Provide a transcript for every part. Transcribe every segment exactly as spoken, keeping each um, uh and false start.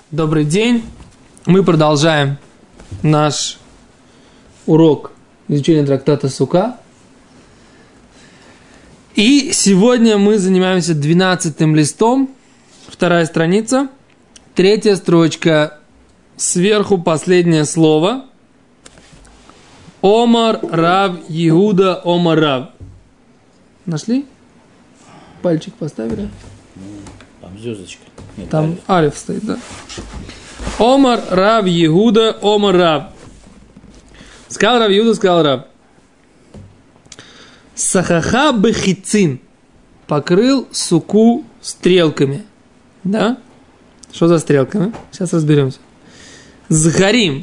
Добрый день. Мы продолжаем наш урок изучения трактата Сука. И сегодня мы занимаемся двенадцатым листом. Вторая страница. Третья строчка. Сверху последнее слово. Омар Рав Иуда Омар Рав. Нашли? Пальчик поставили? Там звездочка. Нет, Там алиф. алиф стоит, да. Омар Рав Иуда Омар Рав. Сказал Рав Иуда, сказал Рав. Сахаха бехицин. Покрыл суку стрелками. Да? Что за стрелками? Сейчас разберемся. Захарим.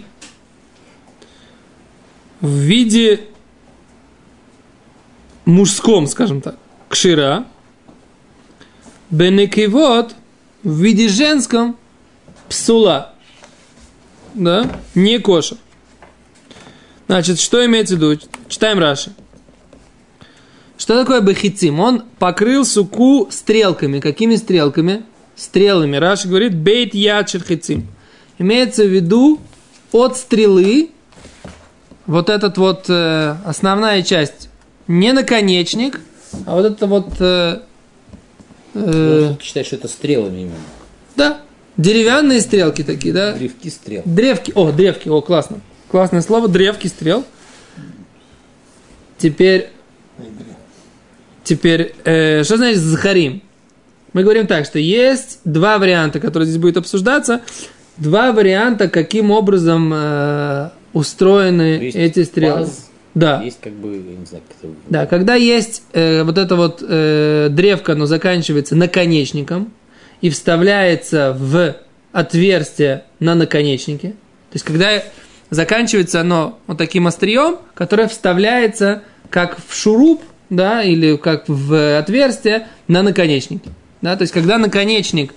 В виде мужском, скажем так. Кшира. Бенекивот. В виде женском. Псула. Да? Не кошер. Значит, что имеется в виду? Читаем Раши. Что такое бехицим? Он покрыл суку стрелками. Какими стрелками? Стрелами. Раши говорит, бейт яд шерхицим. Имеется в виду от стрелы, вот этот вот э, основная часть, не наконечник, а вот это вот... Э, э, Ты считаешь, что это стрелами именно? да, деревянные стрелки такие, да? Древки стрел. Древки, о, древки, о, классно. Классное слово, древки стрел. Теперь, теперь, э, что значит захарим? Мы говорим так, что есть два варианта, которые здесь будут обсуждаться. Два варианта, каким образом э, устроены есть эти стрелы. паз, Да. Есть как бы, я не знаю, как это... Да, когда есть э, вот это вот э, древко, оно заканчивается наконечником и вставляется в отверстие на наконечнике. То есть, когда заканчивается оно вот таким острием, которое вставляется как в шуруп, да, или как в отверстие на наконечнике. Да, то есть, когда наконечник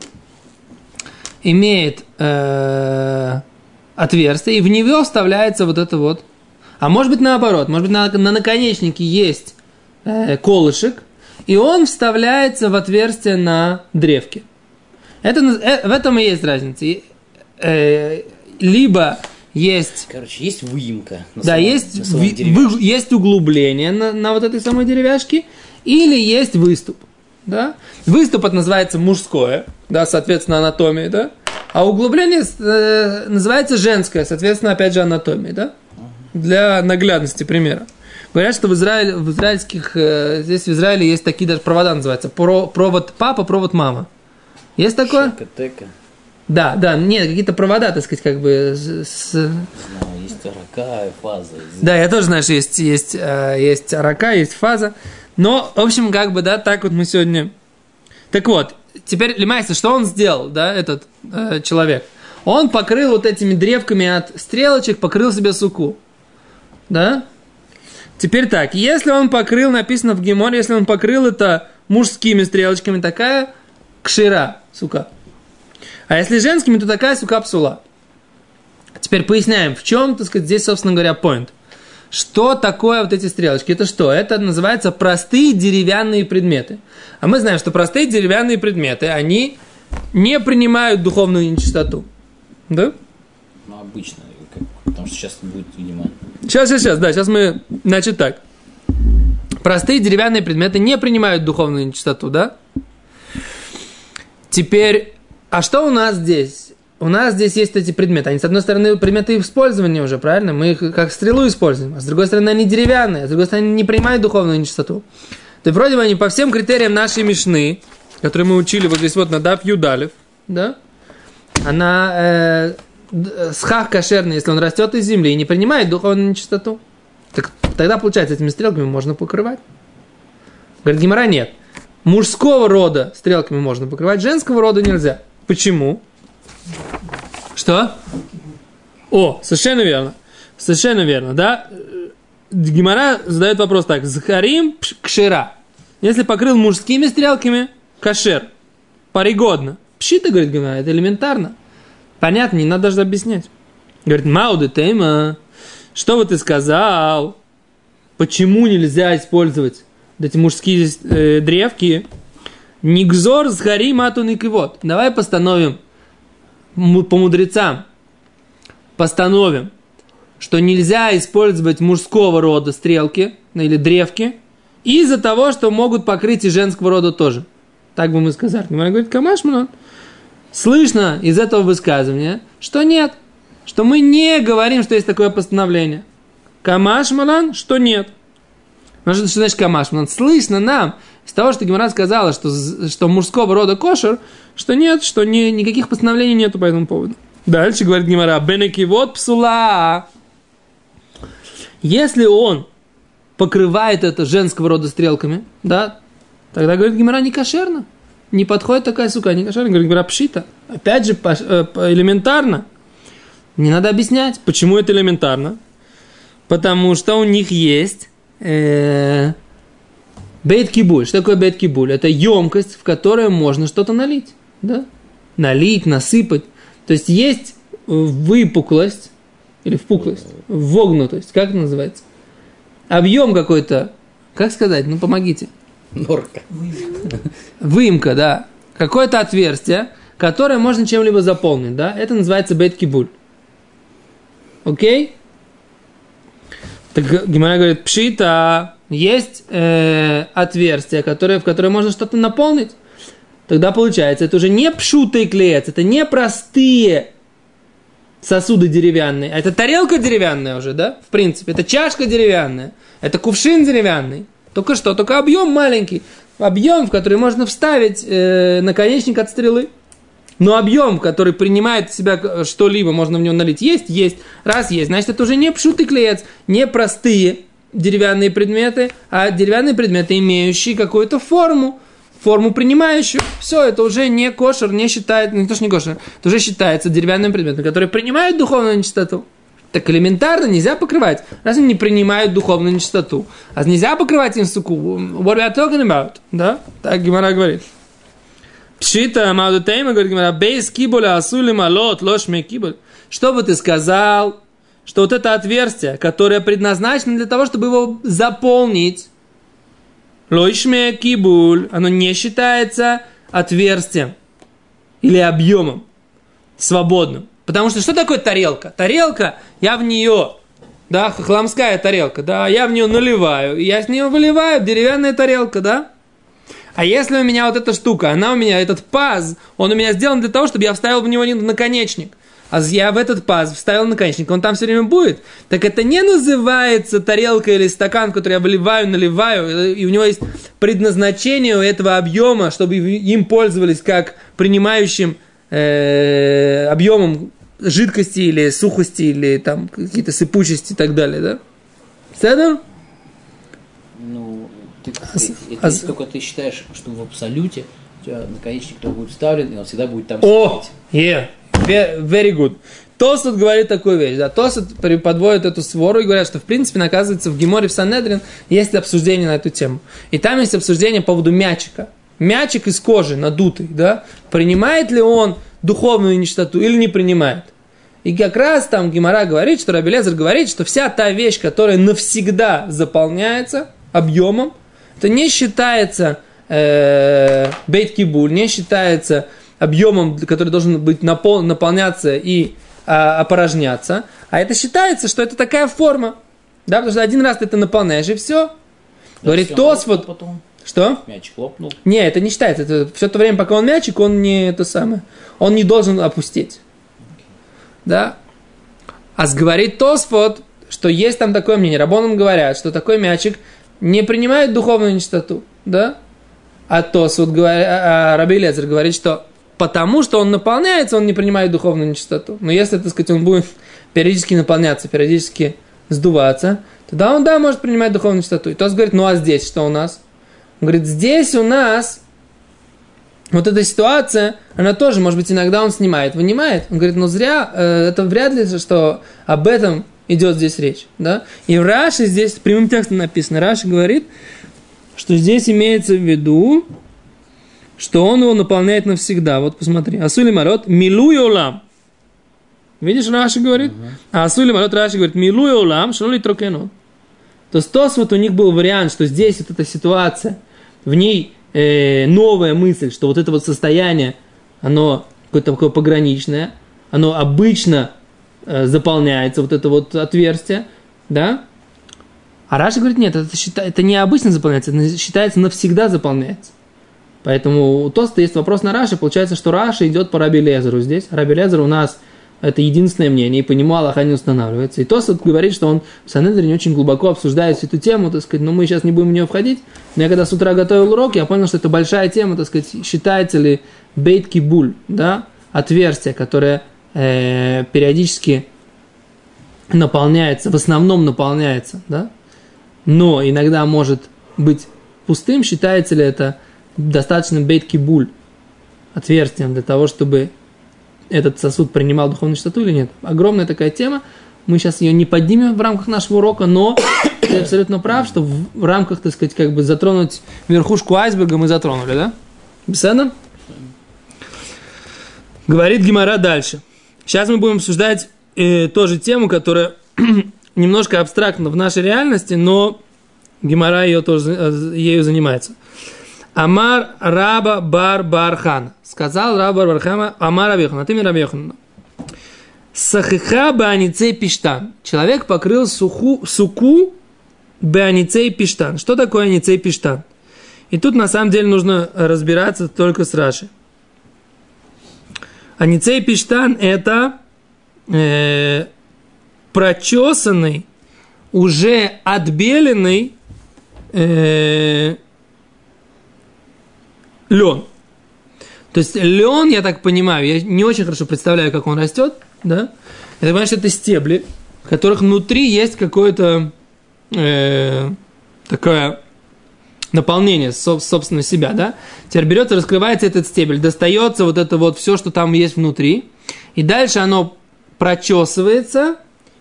имеет э, отверстие, и в него вставляется вот это вот. А может быть наоборот, может быть на, на наконечнике есть э, колышек, и он вставляется в отверстие на древке. Это, э, в этом и есть разница. Э, либо есть... Короче, есть выемка. На да, самом, есть, на самом ви, вы, есть углубление на, на вот этой самой деревяшке, или есть выступ. Да? Выступ это называется мужское, да, соответственно, анатомия, да? А углубление э, называется женское, соответственно, опять же, анатомия, да? Для наглядности примера. Говорят, что в Израиле, в израильских, э, здесь в Израиле есть такие даже провода, называются, Про, провод папа, провод мама. Есть такое? Шека-тека. Да, да, нет, какие-то провода, так сказать, как бы с... Знаю, есть рака, фаза. Да, я тоже знаю, что есть, есть, э, есть рака, есть фаза. Но, в общем, как бы, да, так вот мы сегодня... Так вот, теперь, Лемайса, что он сделал, да, этот э, человек? Он покрыл вот этими древками от стрелочек, покрыл себе суку. Да? Теперь так, если он покрыл, написано в Геморе, если он покрыл это мужскими стрелочками, такая кшира, сука. А если женскими, то такая сука псула. Теперь поясняем, в чем, так сказать, здесь, собственно говоря, point. Что такое вот эти стрелочки? Это что? Это называется простые деревянные предметы. А мы знаем, что простые деревянные предметы, они не принимают духовную нечистоту. Да? Ну, обычно, как, потому что сейчас будет, видимо... Сейчас, сейчас, сейчас, да, сейчас мы, значит так. Простые деревянные предметы не принимают духовную нечистоту, да? Теперь, а что у нас здесь? У нас здесь есть эти предметы. Они, с одной стороны, предметы использования уже, правильно? Мы их как стрелу используем. А с другой стороны, они деревянные. А с другой стороны, они не принимают духовную нечистоту. То есть, вроде бы они по всем критериям нашей Мишны, которые мы учили вот здесь вот на Даф Юдалев, да? Она э, схах кошерный, если он растет из земли и не принимает духовную нечистоту. Так тогда, получается, этими стрелками можно покрывать. Говорит, Гемара, нет. Мужского рода стрелками можно покрывать, женского рода нельзя. Почему? Что? О, совершенно верно. Совершенно верно, да? Гемара задает вопрос так. Захарим кшера. Если покрыл мужскими стрелками, кашер. Паригодно. Пшита, говорит Гемара, это элементарно. Понятно, не надо даже объяснять. Говорит, мауды тема. Что бы ты сказал? Почему нельзя использовать вот эти мужские э, древки? Нигзор схари мату никивот. Давай постановим по мудрецам постановим, что нельзя использовать мужского рода стрелки или древки из-за того, что могут покрыть и женского рода тоже. Так бы мы сказали. Гемара говорит, камаш мнон. Слышно из этого высказывания, что нет, что мы не говорим, что есть такое постановление. Камаш мнон, что нет. Ну, что значит камаш мнон? Слышно нам из того, что Гемара сказала, что, что мужского рода кошер, что нет, что ни, никаких постановлений нету по этому поводу. Дальше говорит Гемара, бенекивот псула. Если он покрывает это женского рода стрелками, да, тогда, говорит Гемара, не кошерно. Не подходит такая сука, не кошерно. Говорит Гемара, пшита. Опять же, элементарно. Не надо объяснять, почему это элементарно. Потому что у них есть э, бейт-кибуль. Что такое бейт-кибуль? Это емкость, в которую можно что-то налить. Да? Налить, насыпать. То есть есть выпуклость, или впуклость, вогнутость, как это называется? Объем какой-то, как сказать, ну помогите. Норка. Выемка, да. Какое-то отверстие, которое можно чем-либо заполнить, да? Это называется бейт-кибуль. Окей? Так Гемара говорит, пшита, есть э, отверстие, которое, в которое можно что-то наполнить. Тогда получается, это уже не пшутый клеец, это не простые сосуды деревянные, а это тарелка деревянная уже, да? В принципе, это чашка деревянная, это кувшин деревянный. Только что, только объем маленький. Объем, в который можно вставить э, наконечник от стрелы. Но объем, который принимает в себя что-либо, можно в него налить. Есть? Есть. Раз есть, значит, это уже не пшутый клеец, не простые деревянные предметы, а деревянные предметы, имеющие какую-то форму. Форму принимающую, все, это уже не кошер, не считается, не то, что не кошер, это уже считается деревянным предметом, который принимает духовную нечистоту. Так элементарно нельзя покрывать, раз они не принимают духовную нечистоту. А нельзя покрывать им суку. What we are talking about? Да? Так Гемара говорит. Пшита, маудутейма, говорит Гемара, бейс кибуля асули малот, лошме кибуль. Что бы ты сказал, что вот это отверстие, которое предназначено для того, чтобы его заполнить, лойшме кибуль, оно не считается отверстием или объемом свободным. Потому что что такое тарелка? Тарелка, я в нее, да, хохламская тарелка, да, я в нее наливаю, я с нее выливаю, деревянная тарелка, да. А если у меня вот эта штука, она у меня, этот паз, он у меня сделан для того, чтобы я вставил в него наконечник. А я в этот паз вставил наконечник, он там все время будет. Так это не называется тарелка или стакан, который я выливаю, наливаю, и у него есть предназначение у этого объема, чтобы им пользовались как принимающим э, объемом жидкости или сухости, или там какие-то сыпучести и так далее, да? Седер? Ну, ты, ты, это а, только ты считаешь, что в абсолюте у тебя наконечник будет вставлен, и он всегда будет там О, yeah. Very good. Тосфот говорит такую вещь. Да? Тосфот подводит эту свору и говорят, что в принципе, оказывается, в Геморе в Санедрин есть обсуждение на эту тему. И там есть обсуждение по поводу мячика. Мячик из кожи надутый, да? Принимает ли он духовную нечистоту или не принимает? И как раз там Гемара говорит, что Раби Элиэзер говорит, что вся та вещь, которая навсегда заполняется объемом, это не считается э, бейт-кибуль, не считается объемом, который должен быть напол- наполняться и а, опорожняться, а это считается, что это такая форма, да, потому что один раз ты это наполняешь и все. Да, говорит Тосфот. Потом. Что? Мячик лопнул. Не, это не считается. Это все то время, пока он мячик, он не это самое, он не должен опустить, okay. Да. А говорит Тосфот, что есть там такое мнение. Раббаним говорят, что такой мячик не принимает духовную нечистоту, да. А Тосфот говорит, а Раби Элиэзер говорит, что потому что он наполняется, он не принимает духовную нечистоту. Но если, так сказать, он будет периодически наполняться, периодически сдуваться, тогда он, да, может принимать духовную нечистоту. И Тос говорит, ну а здесь что у нас? Он говорит, здесь у нас вот эта ситуация, она тоже, может быть, иногда он снимает, вынимает. Он говорит, ну зря, э, это вряд ли, что об этом идет здесь речь. Да? И в Раши здесь, прямым текстом написано, Раши говорит, что здесь имеется в виду, что он его наполняет навсегда. Вот посмотри. Асули марот милуй олам. Видишь, Раши говорит? Uh-huh. А Асули марот Раши говорит милуй олам, шанули трокену. То есть тос вот у них был вариант, что здесь вот эта ситуация, в ней э, новая мысль, что вот это вот состояние, оно какое-то такое пограничное. оно обычно э, заполняется, вот это вот отверстие, да? А Раши говорит, нет, это, счита, это не обычно заполняется, это считается навсегда заполняется. Поэтому у Тоста есть вопрос на Раши, получается, что Раши идет по Раби Элиэзеру здесь. Раби Элиэзер у нас это единственное мнение, и по нему Алаха не устанавливается. И Тост говорит, что он в Санедрине очень глубоко обсуждает эту тему, так сказать, но мы сейчас не будем в нее входить. Но я когда с утра готовил урок, я понял, что это большая тема, так сказать, считается ли бейт кибуль, да, отверстие, которое э, периодически наполняется, в основном наполняется, да, но иногда может быть пустым, считается ли это достаточным бейт кибуль, отверстием для того, чтобы этот сосуд принимал духовную чистоту или нет. Огромная такая тема. Мы сейчас ее не поднимем в рамках нашего урока, но ты абсолютно прав, что в рамках, так сказать, как бы затронуть верхушку айсберга мы затронули, да? Беседа? Говорит Гемара дальше. Сейчас мы будем обсуждать э, тоже тему, которая немножко абстрактна в нашей реальности, но Гемара ее тоже, ею занимается. Амар Раба бар Бархан. Сказал Раба бар Бархана, Амар Рабиохан, а ты мне Рабиохан. Сахиха беаницей пиштан. Человек покрыл суху, суку беаницей пиштан. Что такое аницей пиштан? И тут на самом деле нужно разбираться только с Раши. Аницей пиштан это э, прочесанный, уже отбеленный э, лен. То есть лен, я так понимаю, я не очень хорошо представляю, как он растет, да? Я понимаю, что это стебли, в которых внутри есть какое-то э, такое наполнение, собственно, себя, да? Теперь берется, раскрывается этот стебель, достается вот это вот все, что там есть внутри, и дальше оно прочесывается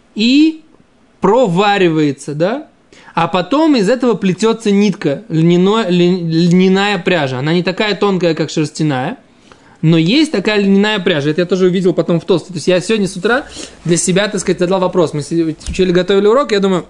и проваривается, да? А потом из этого плетется нитка, льняной, льняная пряжа. Она не такая тонкая, как шерстяная, но есть такая льняная пряжа. Это я тоже увидел потом в тосте. То есть я сегодня с утра для себя, так сказать, задал вопрос. Мы учили, готовили урок, я думаю,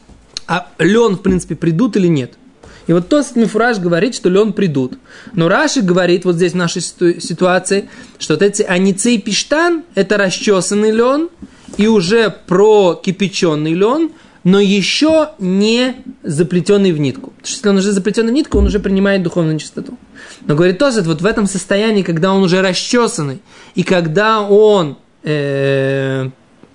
а лен, в принципе, придут или нет? И вот Тосфот Мифураж говорит, что лен придут. Но Раши говорит вот здесь в нашей ситуации, что вот эти аницей пиштан – это расчесанный лен и уже прокипяченный лен, но еще не заплетенный в нитку. Потому что если он уже заплетенный в нитку, он уже принимает духовную чистоту. Но говорит Тосфот, вот в этом состоянии, когда он уже расчесанный, и когда он э,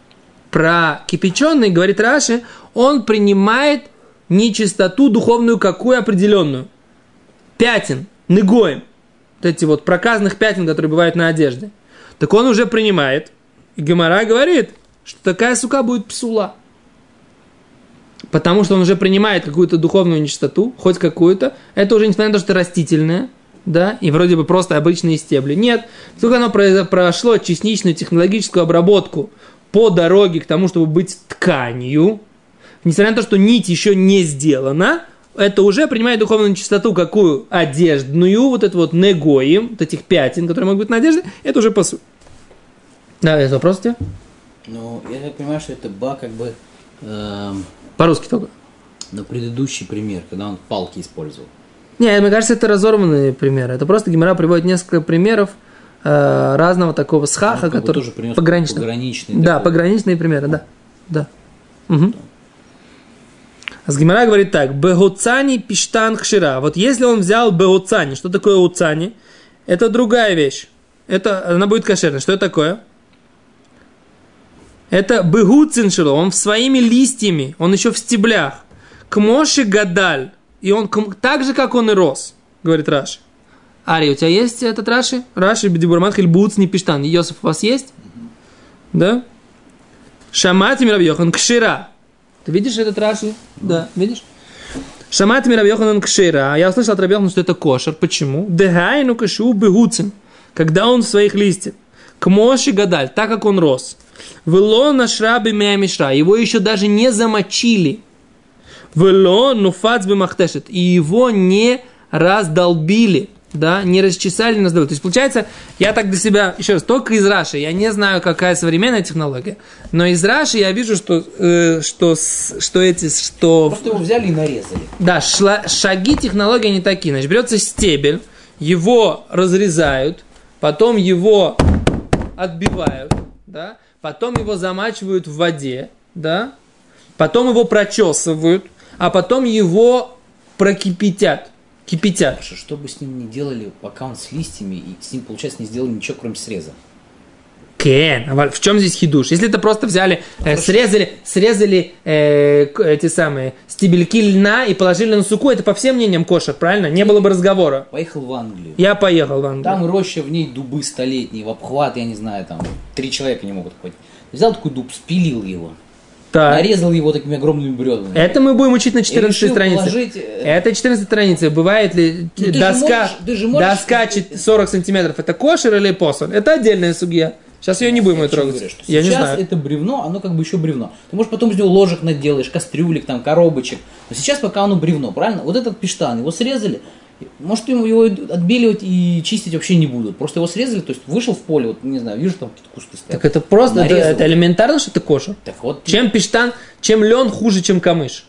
прокипяченный, говорит Раши, он принимает нечистоту духовную какую определенную. Пятен, негоем. Вот эти вот проказных пятен, которые бывают на одежде. Так он уже принимает. И Гемара говорит, что такая сука будет псула. Потому что он уже принимает какую-то духовную нечистоту, хоть какую-то. Это уже несмотря на то, что это растительное, да, и вроде бы просто обычные стебли. Нет, только оно прошло частичную технологическую обработку по дороге к тому, чтобы быть тканью, несмотря на то, что нить еще не сделана, это уже принимает духовную чистоту, какую одеждную, вот это вот негоим, вот этих пятен, которые могут быть на одежде, это уже по сути. Да, есть вопрос у тебя? Ну, я так понимаю, что это ба как бы... Эм, по-русски только. На предыдущий пример, когда он палки использовал. Не, мне кажется, это разорванные примеры. Это просто Гемара приводит несколько примеров э, разного такого схаха, ну, который пограничный. Пограничный. Да, такой. Пограничные примеры, да. да. Угу. А с Гемара говорит так: бегуцани пиштан хшира. Вот если он взял бегуцани, что такое уцани? Это другая вещь. Это, она будет кошерной. Что это такое? Это бегуциншило. Он своими листьями, он еще в стеблях. Кмоши гадаль. И он так же, как он и рос, говорит Раши. Ари, у тебя есть этот Раши? Раши бедибурмат хильбуцни пиштан. Йосиф, у вас есть? Да? Шамати Раби Йохан кшира. Ты видишь этот Раши? Да, видишь? Шамати Раби Йохан кшира. Я услышал от Раби Йохана, что это кошер. Почему? Дегайну кашу бегуцин. Когда он в своих листьях. Кмоши гадаль, так как он рос. Вело на шраби меамишра. Его еще даже не замочили. Вело нуфац бимахтешет. И его не раздолбили. Да, не расчесали, не раздолбили. То есть, получается, я так для себя, еще раз, только из Раши. Я не знаю, какая современная технология. Но из Раши я вижу, что, э, что, что эти, что... Просто его взяли и нарезали. Да, шла, шаги технологии не такие. Значит, берется стебель, его разрезают, потом его отбивают, да, потом его замачивают в воде, да, потом его прочесывают, а потом его прокипятят, кипятят. Паша, что бы с ним ни делали, пока он с листьями, и с ним, получается, не сделали ничего, кроме среза. Кен, а в чем здесь хидуш? Если это просто взяли, э, срезали, срезали э, эти самые стебельки льна и положили на суку, это по всем мнениям кошер, правильно? Не было бы разговора. Поехал в Англию. Я поехал в Англию. Там роща, в ней дубы столетние, в обхват, я не знаю, там три человека не могут хватить. Взял такой дуб, спилил его, так. Нарезал его такими огромными бревнами. Это мы будем учить на четырнадцатой странице. Положить... Это четырнадцатая страница. Бывает ли ну, доска, ты же можешь, ты же можешь... доска сорок сантиметров, это кошер или посоль? Это отдельная судья. Сейчас ее не будем трогать. Говорю, я сейчас не знаю. Это бревно, оно как бы еще бревно. Ты, может, потом из него ложек наделаешь, кастрюлек, там, коробочек. Но сейчас пока оно бревно, правильно? Вот этот пиштан, его срезали. Может, его отбеливать и чистить вообще не будут. Просто его срезали, то есть вышел в поле, вот, не знаю, вижу, там какие-то кусты стоят. Так это просто, это, это элементарно, что это кошер. Так вот. Чем пиштан, чем лен хуже, чем камыш.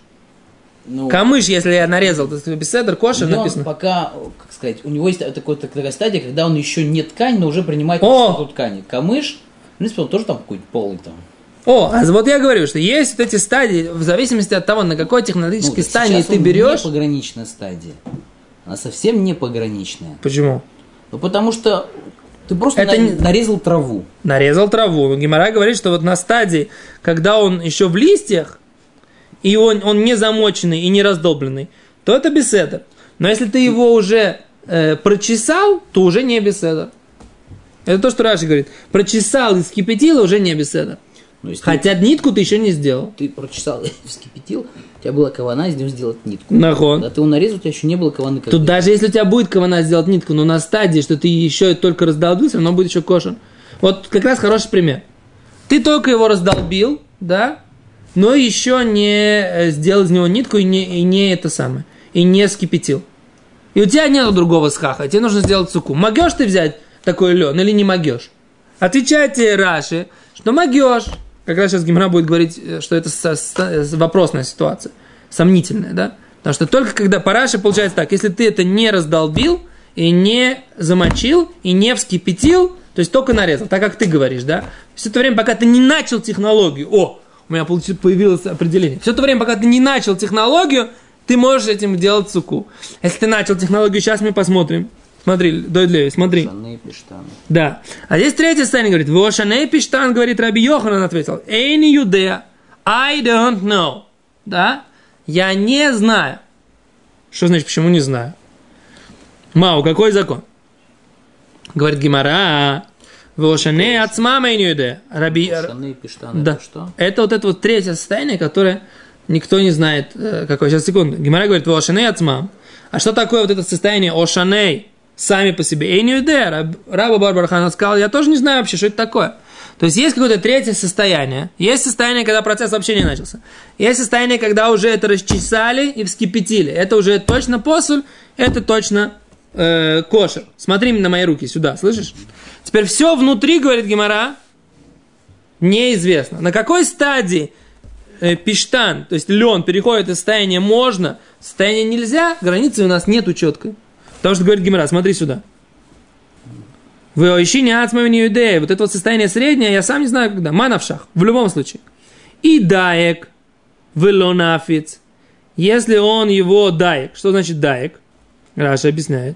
Ну, камыш, если я нарезал, то есть беседер, кошер написано. Пока, как сказать, у него есть такой, такая стадия, когда он еще не ткань, но уже принимает статус ткани. Камыш, в принципе, он тоже там какой-то полый там. О, а вот я говорю, что есть вот эти стадии, в зависимости от того, на какой технологической ну, стадии ты берешь. Это не пограничная стадия. Она совсем не пограничная. Почему? Ну, потому что ты просто это на, не... нарезал траву. Нарезал траву. Гемара говорит, что вот на стадии, когда он еще в листьях, и он, он не замоченный и не раздолбленный, то это беседер. Но если ты его уже э, прочесал, то уже не беседер. Это то, что Раши говорит. Прочесал и вскипятил, уже не беседер. Хотя ты, нитку ты еще не сделал. Ты прочесал и вскипятил, у тебя была кавана из него сделать нитку. Нахон. Когда ты его нарезал, у тебя еще не было каваны. Тут ты. Даже если у тебя будет кавана сделать нитку, но на стадии, что ты еще только раздолбился, но будет еще кошер. Вот как раз хороший пример. Ты только его раздолбил, да, но еще не сделал из него нитку и не, и не это самое, и не вскипятил. И у тебя нет другого схаха, тебе нужно сделать суку. Могешь ты взять такой лен или не могешь? Отвечает тебе Раши, что могешь. Как раз сейчас Гемара будет говорить, что это вопросная ситуация, сомнительная, да? Потому что только когда по Раши получается так, если ты это не раздолбил, и не замочил, и не вскипятил, то есть только нарезал, так как ты говоришь, да? Все это время, пока ты не начал технологию, о, у меня появилось определение, все это время, пока ты не начал технологию, ты можешь этим делать суку. Если ты начал технологию, сейчас мы посмотрим. Смотри, Дойдлей, смотри. Шаней пиштан. Да. А здесь третья стадия говорит, во шаней пиштан, говорит Раби Йоханан, ответил, эйни юдея, I don't know. Да? Я не знаю. Что значит, почему не знаю? Мау, какой закон? Говорит Гемара, во шаней ацмам эйни юдея. Раби... Шаней пиштан, да. Это что? Это вот это вот третье состояние, которое никто не знает, какое. Сейчас, секунду. Гемара говорит, во шаней ацмам. А что такое вот это состояние ошаней? Сами по себе. Эй, не идея. Раба Барбархан сказал, я тоже не знаю вообще, что это такое. То есть есть какое-то третье состояние. Есть состояние, когда процесс вообще не начался. Есть состояние, когда уже это расчесали и вскипятили. Это уже точно посуль, это точно э, кошер. Смотри на мои руки сюда, слышишь? Теперь все внутри, говорит Гемара, неизвестно. На какой стадии э, пиштан, то есть лен, переходит из состояния можно, в состояние нельзя, границы у нас нету четкой. Потому что говорит Гемара, смотри сюда. Вы ищи не ацмами не юдея. Вот это вот состояние среднее, я сам не знаю когда. Манавшах, в любом случае. И даек, велонафиц. Если он его даек. Что значит даек? Раша объясняет.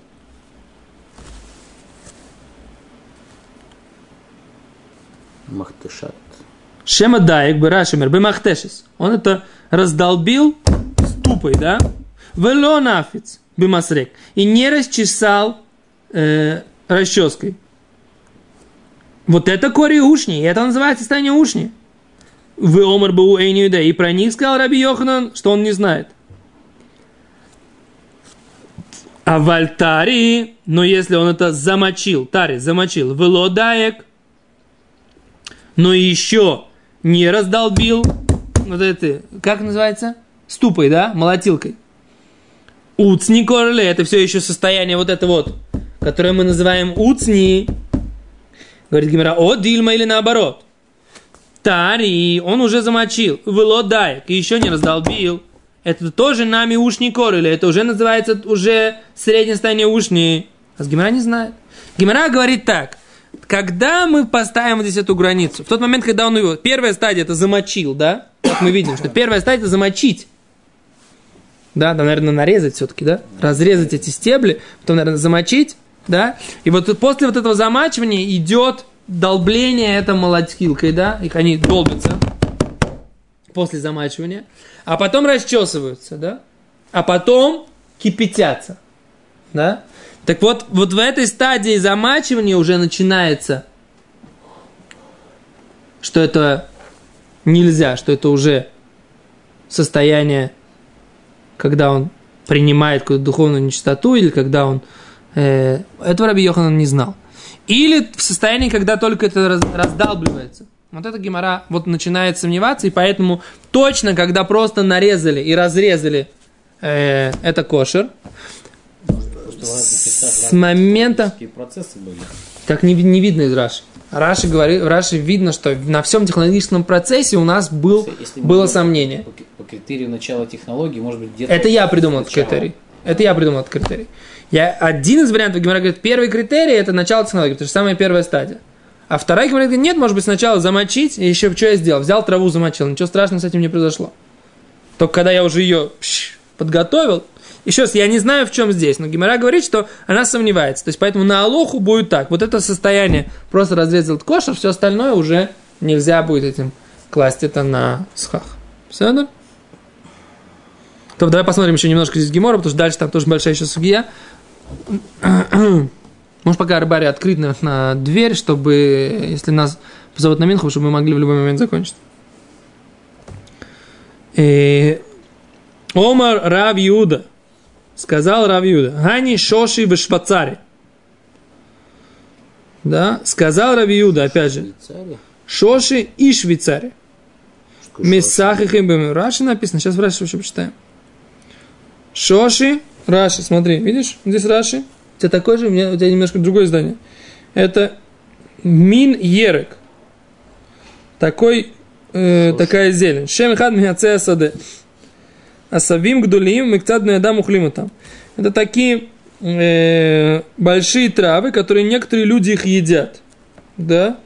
Махтешат. Шема даек, берашимер, бемахтешис. Он это раздолбил ступой, да? Велонафиц. Бимасрек. И не расчесал э, расческой. Вот это кори ушни. И это называется состояние ушни. Вы омар бу эйниюда. И про них сказал Раби Йоханан, что он не знает. А в альтаре, но если он это замочил, тари, замочил, велодаек, но еще не раздолбил, вот это, как называется? Ступой, да? Молотилкой. Уцни корле, это все еще состояние вот это вот, которое мы называем уцни. Говорит Гемара, о дильма или наоборот. Тари, он уже замочил, велодаек, и еще не раздолбил. Это тоже нами ушни корле, это уже называется уже среднее состояние ушни. А с Гемара не знает. Гемара говорит так, когда мы поставим здесь эту границу? В тот момент, когда он его... Первая стадия это замочил, да? Как мы видим, что первая стадия это замочить. Да, там, наверное, нарезать все-таки, да? Разрезать эти стебли, потом, наверное, замочить, да? И вот после вот этого замачивания идет долбление это молотилкой, да? И они долбятся после замачивания. А потом расчесываются, да? А потом кипятятся, да? Так вот, вот в этой стадии замачивания уже начинается, что это нельзя, что это уже состояние, когда он принимает какую-то духовную нечистоту, или когда он... Э, этого Раби Йоханан не знал. Или в состоянии, когда только это раз, раздалбливается. Вот это гемара вот начинает сомневаться, и поэтому точно, когда просто нарезали и разрезали, э, это кошер. С момента... процессы были. Так не, не видно из Раши. Раши говорит, в Раши видно, что на всем технологическом процессе у нас был, Если было сомнение. По, по критерию начала технологии, может быть, где-то... Это я придумал этот критерий. Это я придумал этот критерий. Я, один из вариантов, Гемара говорит, первый критерий – это начало технологии, потому что самая первая стадия. А вторая Гемара говорит, нет, может быть, сначала замочить, и еще что я сделал? Взял траву, замочил, ничего страшного с этим не произошло. Только когда я уже ее пш, подготовил, еще раз, я не знаю, в чем здесь, но Гемара говорит, что она сомневается. То есть, поэтому на алоху будет так. Вот это состояние, просто разрезал кошер, все остальное уже нельзя будет этим класть это на схах. Все, да? То давай посмотрим еще немножко здесь Гемора, потому что дальше там тоже большая еще сугия. Может, пока Рыбари открыть, наверное, дверь, чтобы, если нас позовут на Минху, чтобы мы могли в любой момент закончить. И... Омар Рав Иуда. Сказал Рав Иуда. Гани шоши в Швейцарии. Да, сказал Рав Иуда, опять же. Шоши и Швейцария. Месахихим. Раши написано. Сейчас в Раши еще почитаем. Шоши. Раши, смотри, видишь? Здесь Раши. У тебя такой же, у меня у тебя немножко другое издание. Это Мин Ерек. Такой, э, такая зелень. Шем хад миацея саде. Асавим гдулим микцадный адам ухлима там. Это такие э, большие травы, которые некоторые люди их едят. Да?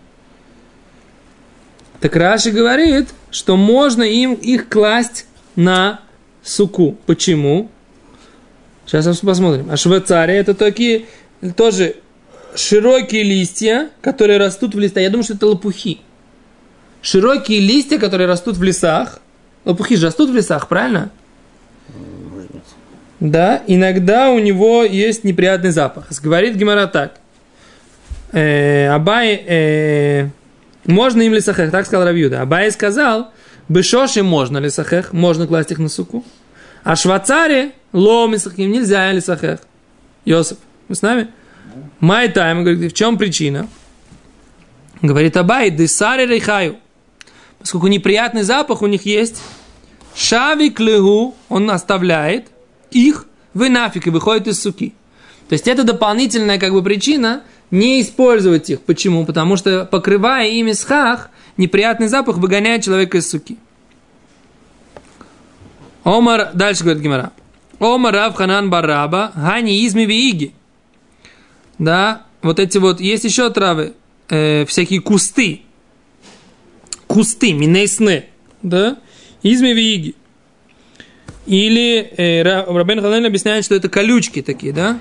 Так Раши говорит, что можно им их класть на суку. Почему? Сейчас посмотрим. А Швейцария это такие тоже широкие листья, которые растут в листьях. Я думаю, что это лопухи. Широкие листья, которые растут в лесах. Лопухи же растут в лесах, правильно? Может быть. Да, иногда у него есть неприятный запах. Говорит Гемара так. Э, Абай, э, можно им лисахех, так сказал Рав Иуда. Абай сказал, бешоши можно лисахех, можно класть их на суку. А швацаре, ломисахим, нельзя лисахех. Йосиф, вы с нами? Май тайм, говорит, в чем причина? Говорит Абай, десари рейхаю. Поскольку неприятный запах у них есть, шавик легу, он оставляет их, вы нафиг и выходит из суки. То есть это дополнительная как бы причина не использовать их. Почему? Потому что покрывая ими схах, неприятный запах выгоняет человека из суки. Омар, дальше говорит Гемара. Омар Рав Ханан Бараба, Гани изми вииги. Да, вот эти вот, есть еще травы, э, всякие кусты. Кусты, минейсне. Да, изми вииги. Или э, Рабен Ханан объясняет, что это колючки такие, да.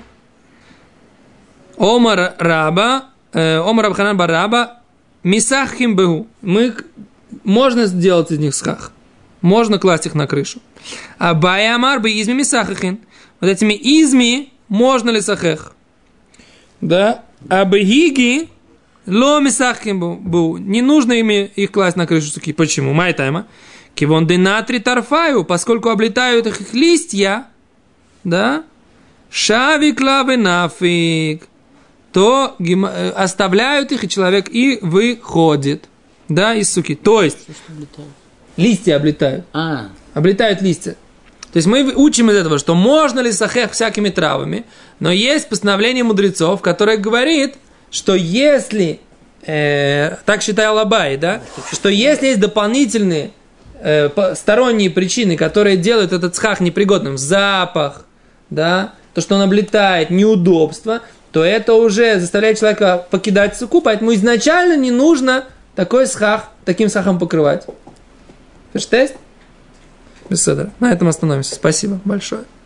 Омар Раба, э, Омар Рав Ханан Бараба, мисахим бегу. Мы, можно сделать из них схах. Можно класть их на крышу. А баямар бы изми мисахахин. Вот этими изми можно ли сахех? Да. А бегиги ло мисахахин бу. Не нужно ими их класть на крышу суки. Почему? Майтайма. Кивон денатри тарфаю. Поскольку облетают их листья, да, шавик лавы нафиг, то оставляют их, и человек и выходит, да, из суки. То есть листья облетают. А. Облетают листья. То есть мы учим из этого, что можно ли сахех всякими травами, но есть постановление мудрецов, которое говорит, что если, э, так считал Абай, да, что если есть дополнительные э, сторонние причины, которые делают этот схах непригодным, запах, да, то, что он облетает, неудобство, то это уже заставляет человека покидать суку, поэтому изначально не нужно такой схах, таким схахом покрывать. Ферштест? Беседа. На этом остановимся. Спасибо большое.